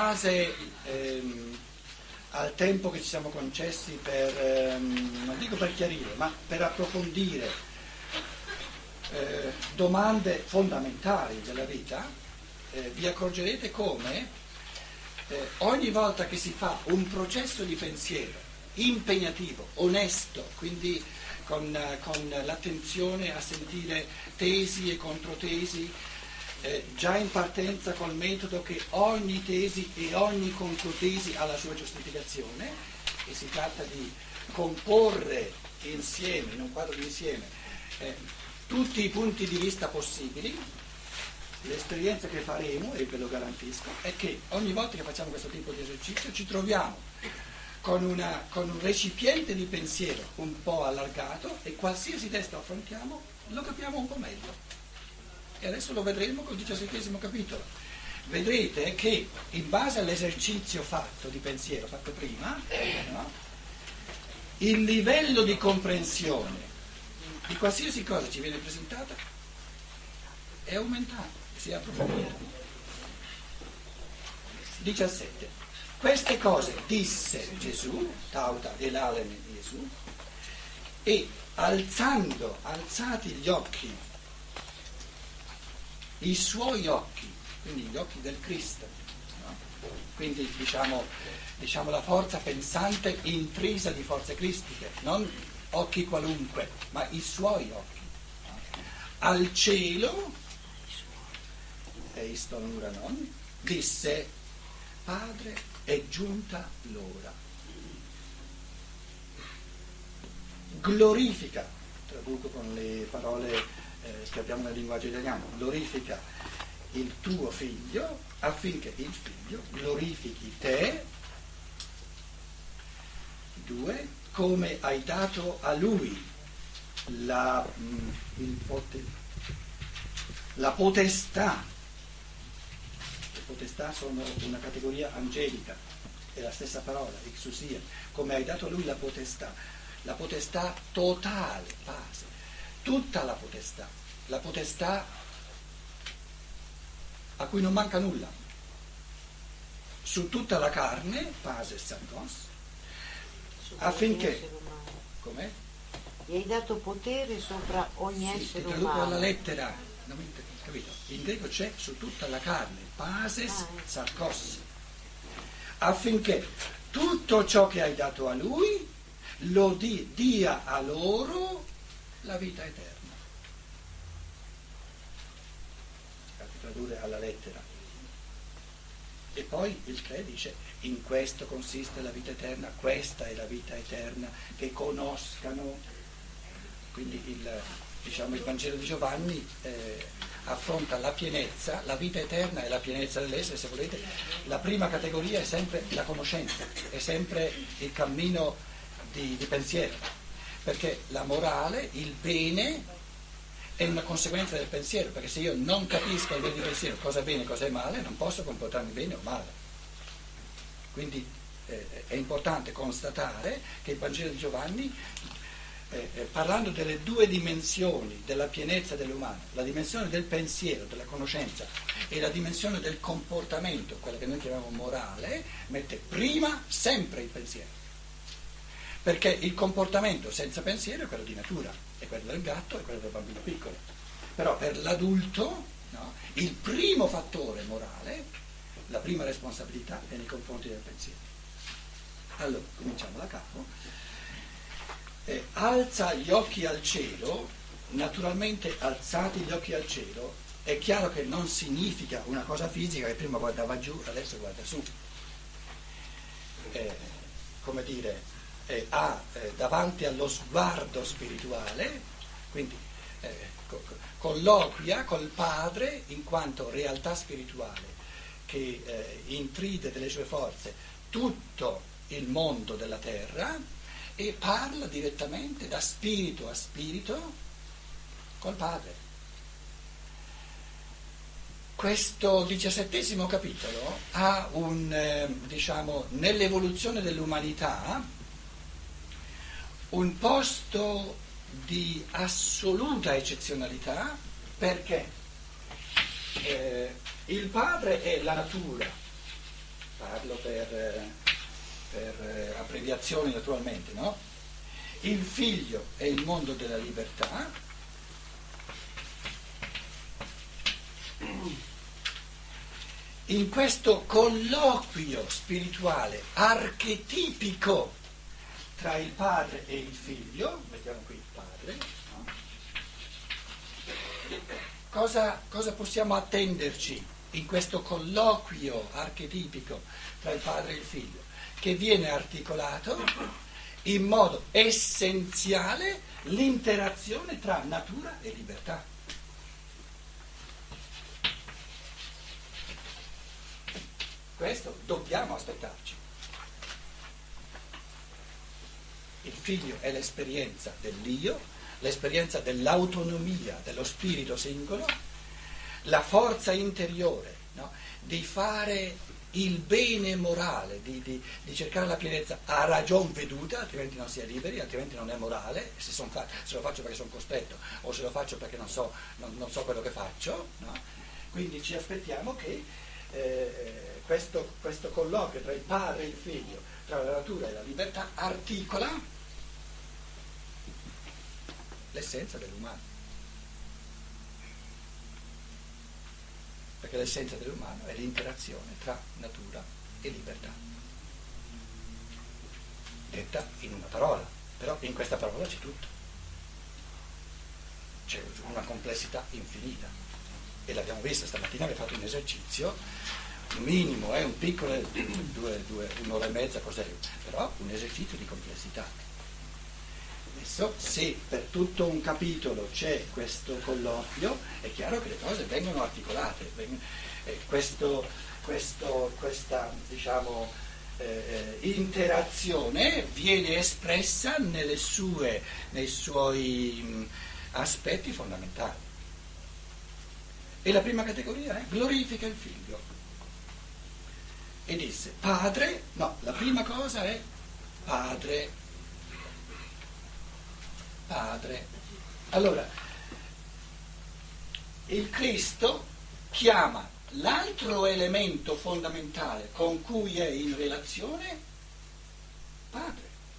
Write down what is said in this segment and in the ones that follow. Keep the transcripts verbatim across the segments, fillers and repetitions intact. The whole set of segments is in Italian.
base ehm, al tempo che ci siamo concessi per, ehm, non dico per chiarire, ma per approfondire eh, domande fondamentali della vita, eh, vi accorgerete come eh, ogni volta che si fa un processo di pensiero impegnativo, onesto, quindi con, con l'attenzione a sentire tesi e controtesi, eh, già in partenza col metodo che ogni tesi e ogni controtesi ha la sua giustificazione, e si tratta di comporre insieme, in un quadro di insieme, eh, tutti i punti di vista possibili. L'esperienza che faremo, e ve lo garantisco, è che ogni volta che facciamo questo tipo di esercizio ci troviamo con, una, con un recipiente di pensiero un po' allargato, e qualsiasi testo affrontiamo lo capiamo un po' meglio. E adesso lo vedremo col diciassettesimo capitolo. Vedrete che in base all'esercizio fatto di pensiero, fatto prima, no? Il livello di comprensione di qualsiasi cosa ci viene presentata è aumentato, si è approfondito. diciassette. Queste cose disse Gesù, tauta e l'aleme di Gesù, e alzando, alzati gli occhi, i suoi occhi, quindi gli occhi del Cristo, no? Quindi diciamo, diciamo la forza pensante intrisa di forze cristiche, non occhi qualunque, ma i suoi occhi, no? Al cielo, e isto ora non, disse: Padre, è giunta l'ora. Glorifica, traduco con le parole eh, che abbiamo nel linguaggio italiano, glorifica il tuo figlio affinché il figlio glorifichi te. Due, come hai dato a lui la, mh, il pote, la potestà. Potestà sono una categoria angelica, è la stessa parola, exousia, come hai dato a lui la potestà, la potestà totale, base, tutta la potestà, la potestà a cui non manca nulla, su tutta la carne, base sarcos, affinché, com'è? Gli hai dato potere sopra ogni sì, essere ti traduco umano. alla lettera, non mi capito? In greco c'è su tutta la carne, bases sarcos, affinché tutto ciò che hai dato a lui lo di, dia a loro la vita eterna. Fatti tradurre alla lettera. E poi il tre dice: in questo consiste la vita eterna, questa è la vita eterna, che conoscano. Quindi il, diciamo, il Vangelo di Giovanni eh, affronta la pienezza, la vita eterna e la pienezza dell'essere, se volete. La prima categoria è sempre la conoscenza, è sempre il cammino di, di pensiero, perché la morale, il bene, è una conseguenza del pensiero, perché se io non capisco a livello di pensiero cosa è bene e cosa è male, non posso comportarmi bene o male. Quindi eh, è importante constatare che il Vangelo di Giovanni, Eh, eh, parlando delle due dimensioni della pienezza dell'umano, la dimensione del pensiero, della conoscenza, e la dimensione del comportamento, quella che noi chiamiamo morale, mette prima sempre il pensiero, perché il comportamento senza pensiero è quello di natura, è quello del gatto, è quello del bambino piccolo, però per l'adulto, no, il primo fattore morale, la prima responsabilità è nei confronti del pensiero. Allora, cominciamo da capo. Eh, alza gli occhi al cielo. Naturalmente alzati gli occhi al cielo è chiaro che non significa una cosa fisica, che prima guardava giù, adesso guarda su, eh, come dire, eh, ha eh, davanti allo sguardo spirituale, quindi eh, co- colloquia col Padre in quanto realtà spirituale che eh, intride delle sue forze tutto il mondo della terra, e parla direttamente da spirito a spirito col Padre. Questo diciassettesimo capitolo ha un, eh, diciamo, nell'evoluzione dell'umanità un posto di assoluta eccezionalità, perché eh, il Padre è la natura, parlo per, eh, per eh, abbreviazioni naturalmente, no? Il figlio è il mondo della libertà, in questo colloquio spirituale archetipico tra il padre e il figlio, mettiamo qui il padre, no? cosa, cosa possiamo attenderci in questo colloquio archetipico tra il padre e il figlio? Che viene articolato in modo essenziale l'interazione tra natura e libertà. Questo dobbiamo aspettarci. Il figlio è l'esperienza dell'io, l'esperienza dell'autonomia, dello spirito singolo, la forza interiore, no? Di fare il bene morale, di, di, di cercare la pienezza a ragion veduta, altrimenti non si è liberi, altrimenti non è morale, se, son fa- se lo faccio perché sono costretto o se lo faccio perché non so, non, non so quello che faccio, no? Quindi ci aspettiamo che eh, questo, questo colloquio tra il padre e il figlio, tra la natura e la libertà, articola l'essenza dell'umano. Perché l'essenza dell'umano è l'interazione tra natura e libertà. Detta in una parola, però in questa parola c'è tutto. C'è una complessità infinita. E l'abbiamo visto stamattina, abbiamo fatto un esercizio, un minimo, è eh, un piccolo, due, due, un'ora e mezza, cos'è? Però un esercizio di complessità. Adesso, se per tutto un capitolo c'è questo colloquio, è chiaro che le cose vengono articolate. Eh, questo, questo, questa, diciamo, eh, interazione viene espressa nelle sue, nei suoi mh, aspetti fondamentali. E la prima categoria è glorifica il figlio. E disse, padre, no, la prima cosa è padre. Padre. Allora, il Cristo chiama l'altro elemento fondamentale con cui è in relazione padre.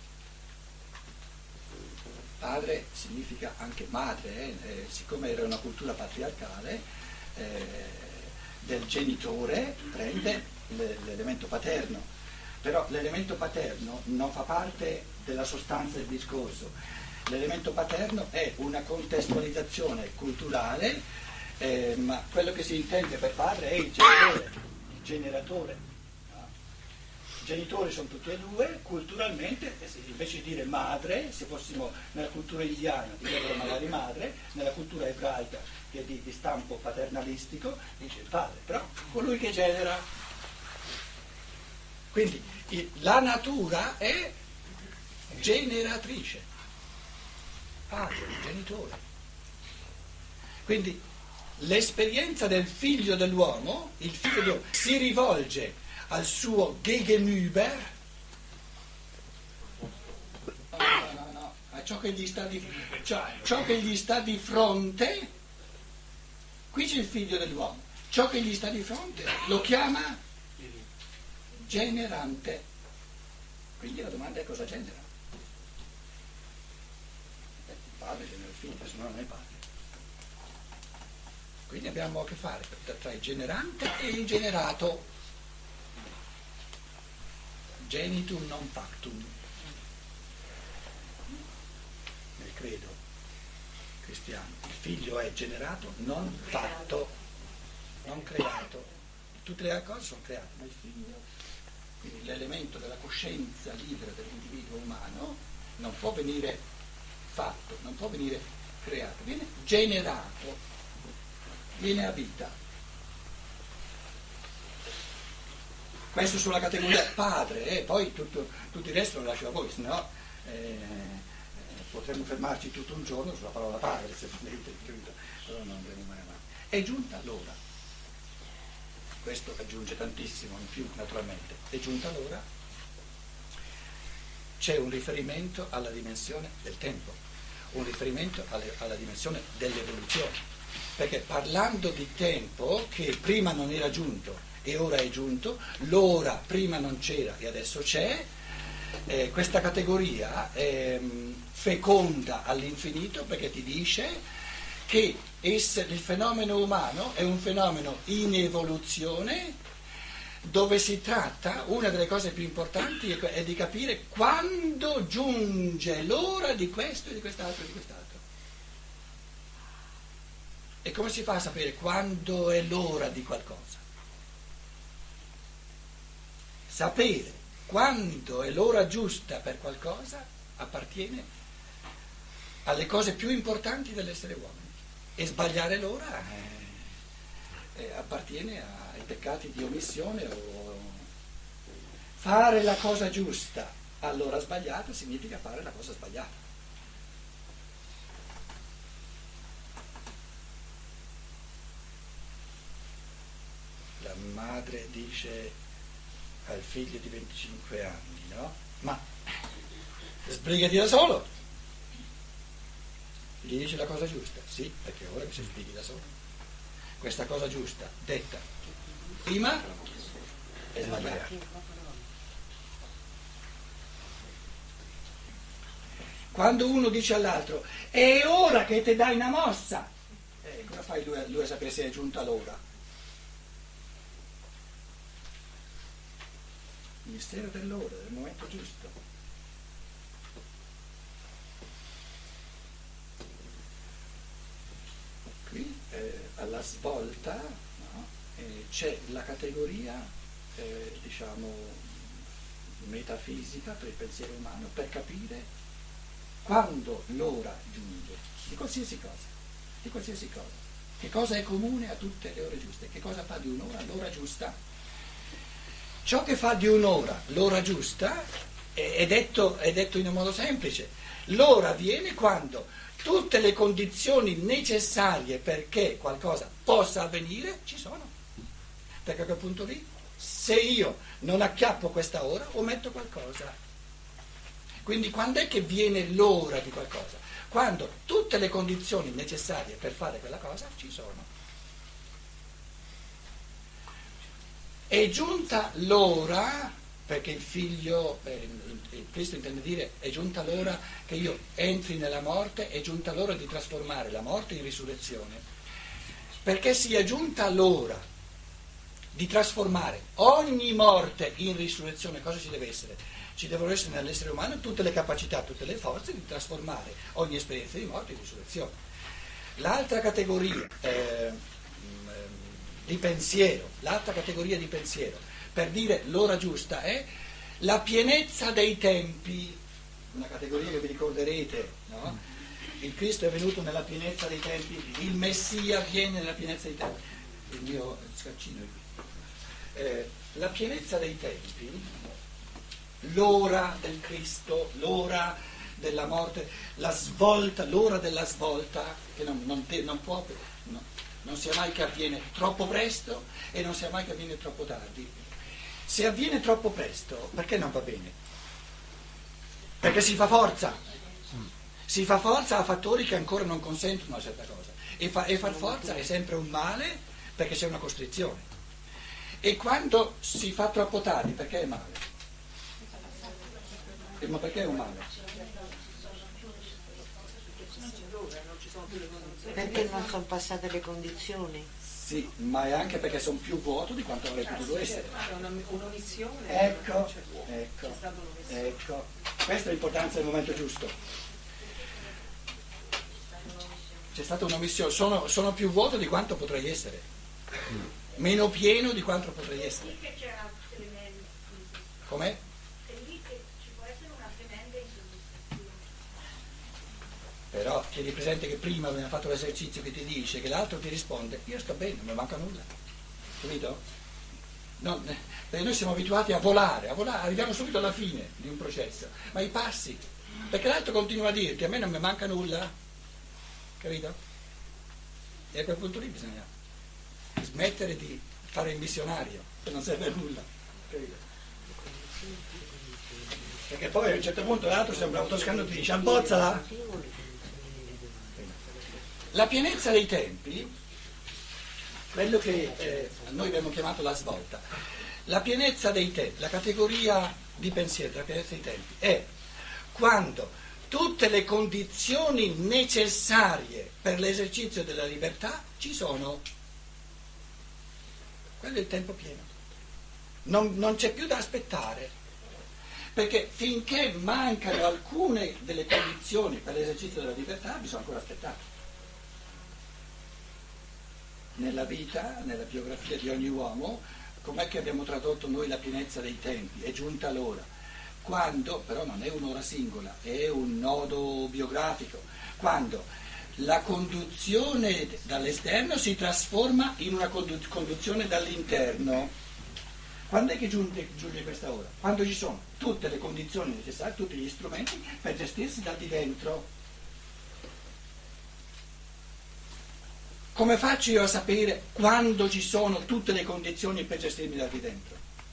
Padre significa anche madre, eh? Eh, siccome era una cultura patriarcale, eh, del genitore prende l'elemento paterno, però l'elemento paterno non fa parte della sostanza del discorso. L'elemento paterno è una contestualizzazione culturale, eh, ma quello che si intende per padre è il genitore, il generatore. No? I genitori sono tutti e due, culturalmente, invece di dire madre, se fossimo nella cultura indiana direbbero magari madre, nella cultura ebraica, che è di, di stampo paternalistico, dice il padre, però colui che genera. Quindi il, la natura è generatrice. Padre, genitore. Quindi l'esperienza del figlio dell'uomo, il figlio dell'uomo, si rivolge al suo Gegenüber, no, no, no, no, a ciò che gli sta di, cioè, ciò che gli sta di fronte. Qui c'è il figlio dell'uomo, ciò che gli sta di fronte lo chiama generante. Quindi la domanda è cosa genera? Padre genera il figlio, se no non è padre. Quindi abbiamo a che fare tra il generante e il generato. Genitum non factum. Nel credo cristiano, il figlio è generato, non fatto, non creato. Tutte le altre cose sono create, ma il figlio, quindi l'elemento della coscienza libera dell'individuo umano, non può venire fatto, non può venire creato, viene generato, viene a vita. Questo sulla categoria padre, e eh, poi tutto, tutto il resto lo lascio a voi, sennò eh, potremmo fermarci tutto un giorno sulla parola padre, se volete, però non andremo mai avanti. È giunta l'ora, questo aggiunge tantissimo in più naturalmente, è giunta l'ora, c'è un riferimento alla dimensione del tempo, un riferimento alle, alla dimensione dell'evoluzione, perché parlando di tempo che prima non era giunto e ora è giunto, l'ora prima non c'era e adesso c'è, eh, questa categoria è mh, feconda all'infinito perché ti dice che esse, il fenomeno umano è un fenomeno in evoluzione dove si tratta, una delle cose più importanti è, è di capire quando giunge l'ora di questo e di quest'altro e di quest'altro. E come si fa a sapere quando è l'ora di qualcosa? Sapere quando è l'ora giusta per qualcosa appartiene alle cose più importanti dell'essere uomini. E sbagliare l'ora eh, eh, appartiene ai peccati di omissione o fare la cosa giusta all'ora sbagliata significa fare la cosa sbagliata. La madre dice al figlio di venticinque anni, no? Ma sbrigati da solo. Gli dice la cosa giusta? Sì, perché ora mi si sbrighi da solo. Questa cosa giusta, detta prima, è sbagliata. Quando uno dice all'altro, è ora che ti dai una mossa, eh, cosa fai lui, lui a sapere se è giunta l'ora? Il mistero dell'ora, del momento giusto. Qui eh, alla svolta no, eh, c'è la categoria eh, diciamo metafisica per il pensiero umano per capire quando l'ora giunge di qualsiasi cosa, di qualsiasi cosa. Che cosa è comune a tutte le ore giuste? Che cosa fa di un'ora l'ora giusta? Ciò che fa di un'ora l'ora giusta è detto, è detto in un modo semplice. L'ora avviene quando tutte le condizioni necessarie perché qualcosa possa avvenire ci sono. Perché a quel punto lì, se io non acchiappo questa ora, ometto qualcosa. Quindi quando è che viene l'ora di qualcosa? Quando tutte le condizioni necessarie per fare quella cosa ci sono. È giunta l'ora, perché il figlio, eh, il Cristo intende dire, è giunta l'ora che io entri nella morte, è giunta l'ora di trasformare la morte in risurrezione. Perché sia giunta l'ora di trasformare ogni morte in risurrezione, cosa ci deve essere? Ci devono essere nell'essere umano tutte le capacità, tutte le forze di trasformare ogni esperienza di morte in risurrezione. L'altra categoria eh, di pensiero, l'altra categoria di pensiero, per dire l'ora giusta è la pienezza dei tempi, una categoria che vi ricorderete, no? Il Cristo è venuto nella pienezza dei tempi, il Messia viene nella pienezza dei tempi. Il mio scaccino è qui. Eh, la pienezza dei tempi, l'ora del Cristo, l'ora della morte, la svolta, l'ora della svolta, che non, non, te, non può... No. Non sia mai che avviene troppo presto e non sia mai che avviene troppo tardi. Se avviene troppo presto, perché non va bene? Perché si fa forza. Si fa forza a fattori che ancora non consentono una certa cosa. E, fa, e far forza è sempre un male perché c'è una costrizione. E quando si fa troppo tardi, perché è male? E ma perché è un male? Perché non sono passate le condizioni? Sì, ma è anche perché sono più vuoto di quanto avrebbe potuto essere. Un'omissione. Ecco, ecco, ecco. Questa è l'importanza del momento giusto. C'è stata un'omissione, sono, sono più vuoto di quanto potrei essere, meno pieno di quanto potrei essere. Com'è? Però tieni presente che prima abbiamo fatto l'esercizio che ti dice che l'altro ti risponde io sto bene, non mi manca nulla, capito? No, perché noi siamo abituati a volare, a volare, arriviamo subito alla fine di un processo, ma i passi, perché l'altro continua a dirti a me non mi manca nulla, capito? E a quel punto lì bisogna smettere di fare il missionario, che non serve a nulla, capito? Perché poi a un certo punto l'altro sembra un toscano e ti dice abbozzala. La pienezza dei tempi quello che eh, noi abbiamo chiamato la svolta. La pienezza dei tempi, la categoria di pensiero della pienezza dei tempi è quando tutte le condizioni necessarie per l'esercizio della libertà ci sono. Quello è il tempo pieno. Non, non c'è più da aspettare, perché finché mancano alcune delle condizioni per l'esercizio della libertà bisogna ancora aspettare. Nella vita, nella biografia di ogni uomo, com'è che abbiamo tradotto noi la pienezza dei tempi? È giunta l'ora. Quando, però non è un'ora singola, è un nodo biografico, quando la conduzione dall'esterno si trasforma in una condu- conduzione dall'interno. Quando è che giunge, giunge questa ora? Quando ci sono tutte le condizioni necessarie, tutti gli strumenti per gestirsi da di dentro. Come faccio io a sapere quando ci sono tutte le condizioni per gestirmi da di dentro?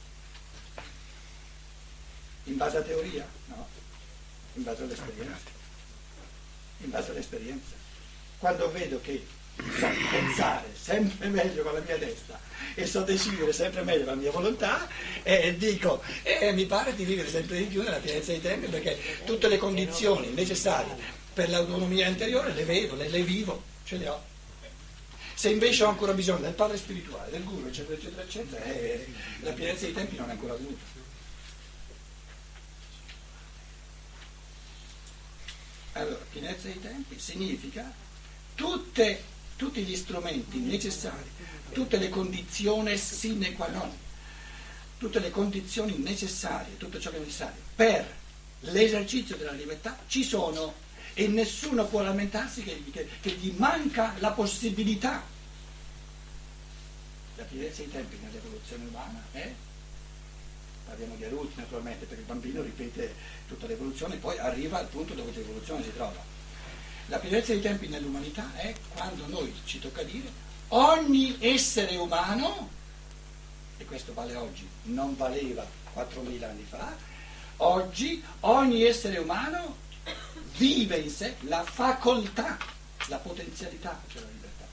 In base alla teoria? No, in base all'esperienza. In base all'esperienza. Quando vedo che so pensare sempre meglio con la mia testa e so decidere sempre meglio con la mia volontà, e dico, eh, mi pare di vivere sempre di più nella pienezza dei tempi, perché tutte le condizioni necessarie per l'autonomia interiore le vedo, le, le vivo, ce le ho. Se invece ho ancora bisogno del padre spirituale, del guru, eccetera, eccetera, eccetera, eh, la pienezza dei tempi non è ancora venuta. Allora, pienezza dei tempi significa tutte, tutti gli strumenti necessari, tutte le condizioni sine qua non, tutte le condizioni necessarie, tutto ciò che è necessario per l'esercizio della libertà ci sono, e nessuno può lamentarsi che, che, che gli manca la possibilità. La pienezza dei tempi nell'evoluzione umana è, parliamo di adulti naturalmente, perché il bambino ripete tutta l'evoluzione e poi arriva al punto dove l'evoluzione si trova. La pienezza dei tempi nell'umanità è quando noi, ci tocca dire, ogni essere umano, e questo vale oggi, non valeva quattromila anni fa, oggi ogni essere umano vive in sé la facoltà, la potenzialità della libertà.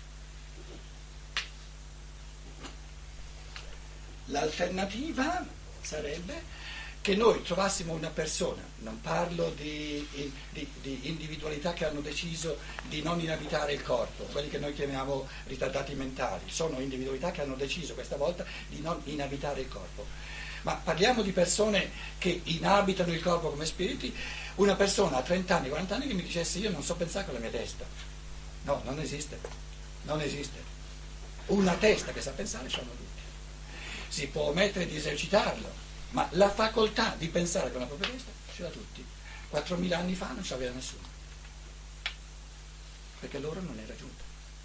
L'alternativa sarebbe che noi trovassimo una persona, non parlo di, di, di individualità che hanno deciso di non inabitare il corpo, quelli che noi chiamiamo ritardati mentali, sono individualità che hanno deciso questa volta di non inabitare il corpo. Ma parliamo di persone che inabitano il corpo come spiriti. Una persona a trenta anni, quaranta anni che mi dicesse io non so pensare con la mia testa. No, non esiste, non esiste. Una testa che sa pensare ce l'hanno tutti. Si può omettere di esercitarlo, ma la facoltà di pensare con la propria testa ce l'ha tutti. quattromila anni fa non ce l'aveva nessuno, perché loro non era giunta.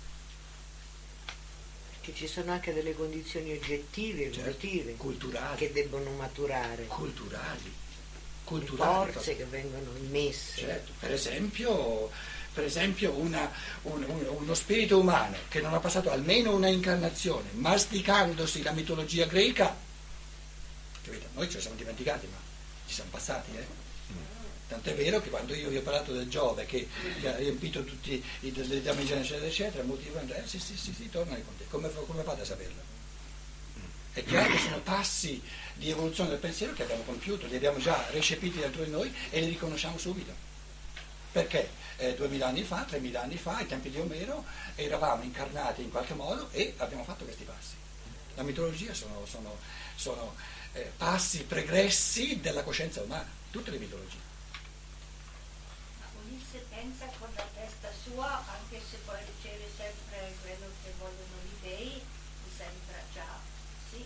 Che ci sono anche delle condizioni oggettive, Certo, evolutive, culturali, che debbono maturare, culturali, le culturali forze che vengono immesse. Certo, per esempio, per esempio una, un, un, uno spirito umano che non ha passato almeno una incarnazione masticandosi la mitologia greca, capite? Noi ce ne siamo dimenticati, ma ci siamo passati, eh? Tant'è vero che quando io vi ho parlato del Giove che, che ha riempito tutti i damigeni eccetera eccetera, motivando, eh sì sì sì, sì tornali con te, come, come fate a saperlo? È chiaro che sono passi di evoluzione del pensiero che abbiamo compiuto, li abbiamo già recepiti dentro di noi e li riconosciamo subito. Perché eh, duemila anni fa, tremila anni fa, ai tempi di Omero, eravamo incarnati in qualche modo e abbiamo fatto questi passi. La mitologia sono, sono, sono eh, passi pregressi della coscienza umana, tutte le mitologie. Ulisse pensa con la testa sua, anche se poi riceve sempre quello che vogliono gli dei, mi sembra già, sì.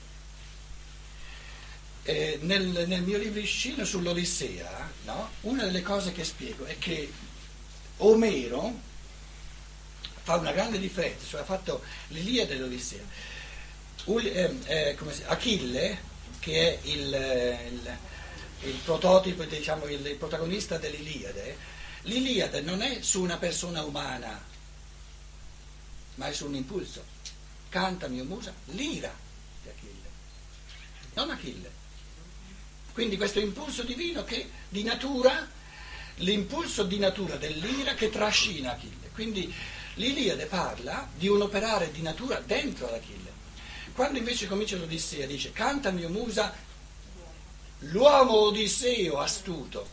Eh, nel, nel mio libricino sull'Odissea, no? Una delle cose che spiego è che Omero fa una grande differenza, cioè ha fatto l'Iliade e l'Odissea. Ul, eh, eh, come si, Achille, che è il, il, il prototipo, diciamo, il, il protagonista dell'Iliade, l'Iliade non è su una persona umana, ma è su un impulso. Canta mio musa, l'ira di Achille, non Achille. Quindi questo impulso divino che di natura, l'impulso di natura dell'ira che trascina Achille. Quindi L'Iliade parla di un operare di natura dentro l'Achille. Quando invece comincia l'Odissea dice canta mio musa l'uomo Odisseo astuto.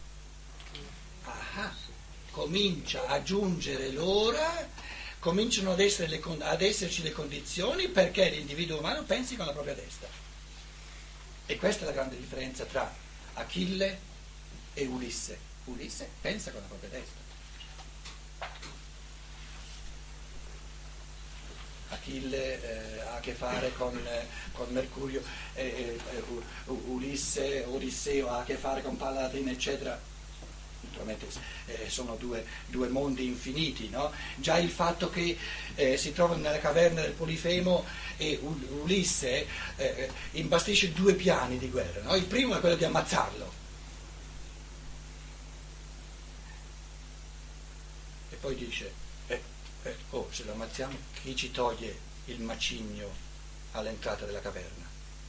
Ah, comincia a giungere l'ora, cominciano ad, essere le, ad esserci le condizioni perché l'individuo umano pensi con la propria testa. E questa è la grande differenza tra Achille e Ulisse. Ulisse pensa con la propria testa. Achille eh, ha a che fare con, eh, con Mercurio, eh, eh, Ulisse, Odisseo ha a che fare con Paladino, eccetera. Naturalmente eh, sono due, due mondi infiniti, no? Già il fatto che eh, si trovano nella caverna del Polifemo e Ulisse eh, imbastisce due piani di guerra, no? Il primo è quello di ammazzarlo e poi dice eh, eh, oh, se lo ammazziamo chi ci toglie il macigno all'entrata della caverna?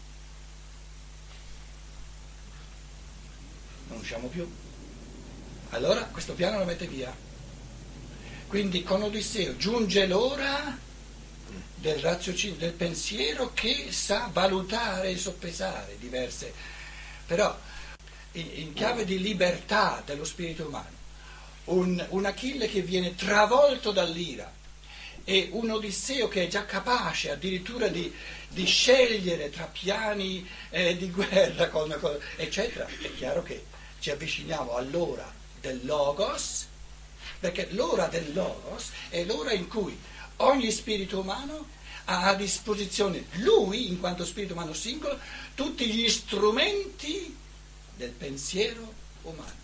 Non usciamo più. Allora questo piano lo mette via. Quindi con Odisseo giunge l'ora del raziocinio, del pensiero che sa valutare e soppesare diverse, però in, in chiave di libertà dello spirito umano. Un, un Achille che viene travolto dall'ira e un Odisseo che è già capace addirittura di, di scegliere tra piani eh, di guerra, con, con, eccetera. È chiaro che ci avviciniamo all'ora del Logos, perché l'ora del Logos è l'ora in cui ogni spirito umano ha a disposizione lui, in quanto spirito umano singolo, tutti gli strumenti del pensiero umano.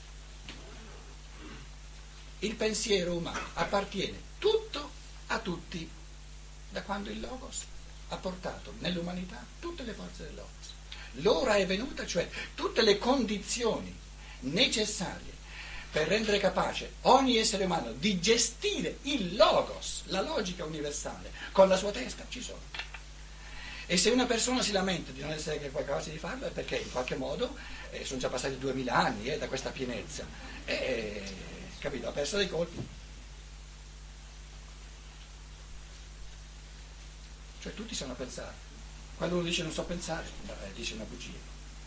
Il pensiero umano appartiene tutto a tutti, da quando il Logos ha portato nell'umanità tutte le forze del Logos. L'ora è venuta, cioè tutte le condizioni necessarie per rendere capace ogni essere umano di gestire il Logos, la logica universale, con la sua testa, ci sono. E se una persona si lamenta di non essere capace di farlo è perché in qualche modo eh, sono già passati duemila anni eh, da questa pienezza e, eh, capito, ha perso dei colpi. Cioè tutti sanno pensare. Quando uno dice non so pensare, beh, dice una bugia.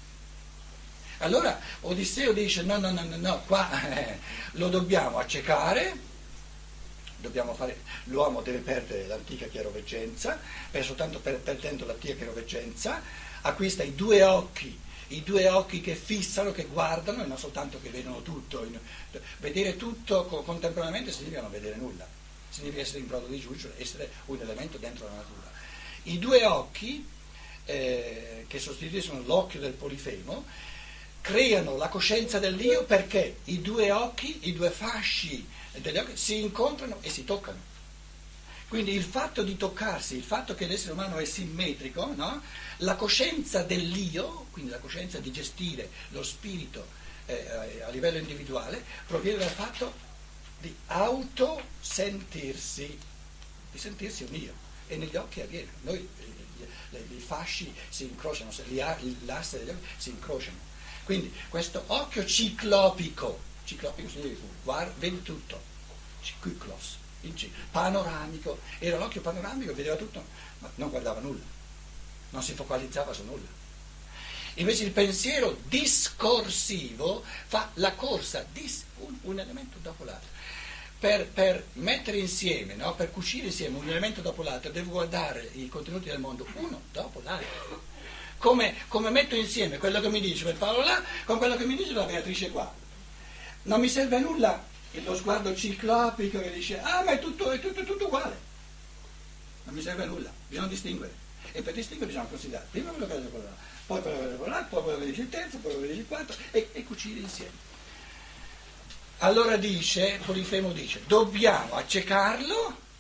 Allora Odisseo dice no, no, no, no, no qua eh, lo dobbiamo accecare, dobbiamo fare, l'uomo deve perdere l'antica chiaroveggenza, per soltanto per, perdendo l'antica chiaroveggenza acquista i due occhi, i due occhi che fissano, che guardano e non soltanto che vedono tutto. In, vedere tutto co- contemporaneamente significa non vedere nulla, significa essere in brodo di giudice, essere un elemento dentro la natura. I due occhi eh, che sostituiscono l'occhio del Polifemo creano la coscienza dell'io perché i due occhi, i due fasci degli occhi si incontrano e si toccano. Quindi il fatto di toccarsi, il fatto che l'essere umano è simmetrico, no? La coscienza dell'io, quindi la coscienza di gestire lo spirito eh, a livello individuale, proviene dal fatto di autosentirsi, di sentirsi un io. E negli occhi avviene. Noi, i fasci si incrociano, l'asse degli occhi si incrociano. Quindi questo occhio ciclopico, ciclopico significa guarda, vede tutto, ciclos, panoramico, era l'occhio panoramico, vedeva tutto, ma non guardava nulla, non si focalizzava su nulla. Invece il pensiero discorsivo fa la corsa, dis, un, un elemento dopo l'altro. Per, per mettere insieme, no? Per cucire insieme un elemento dopo l'altro, devo guardare i contenuti del mondo uno dopo l'altro. Come, come metto insieme quello che mi dice quel Paolo là con quello che mi dice la Beatrice qua. Non mi serve a nulla lo sguardo ciclopico che dice ah ma è tutto, è tutto, è tutto uguale. Non mi serve a nulla, bisogna distinguere. E per distinguere bisogna considerare prima quello che dice quello là, poi quello che dice quello là, poi quello che dice il terzo, poi quello che dice il quarto e, e cucire insieme. Allora dice, Polifemo dice, dobbiamo accecarlo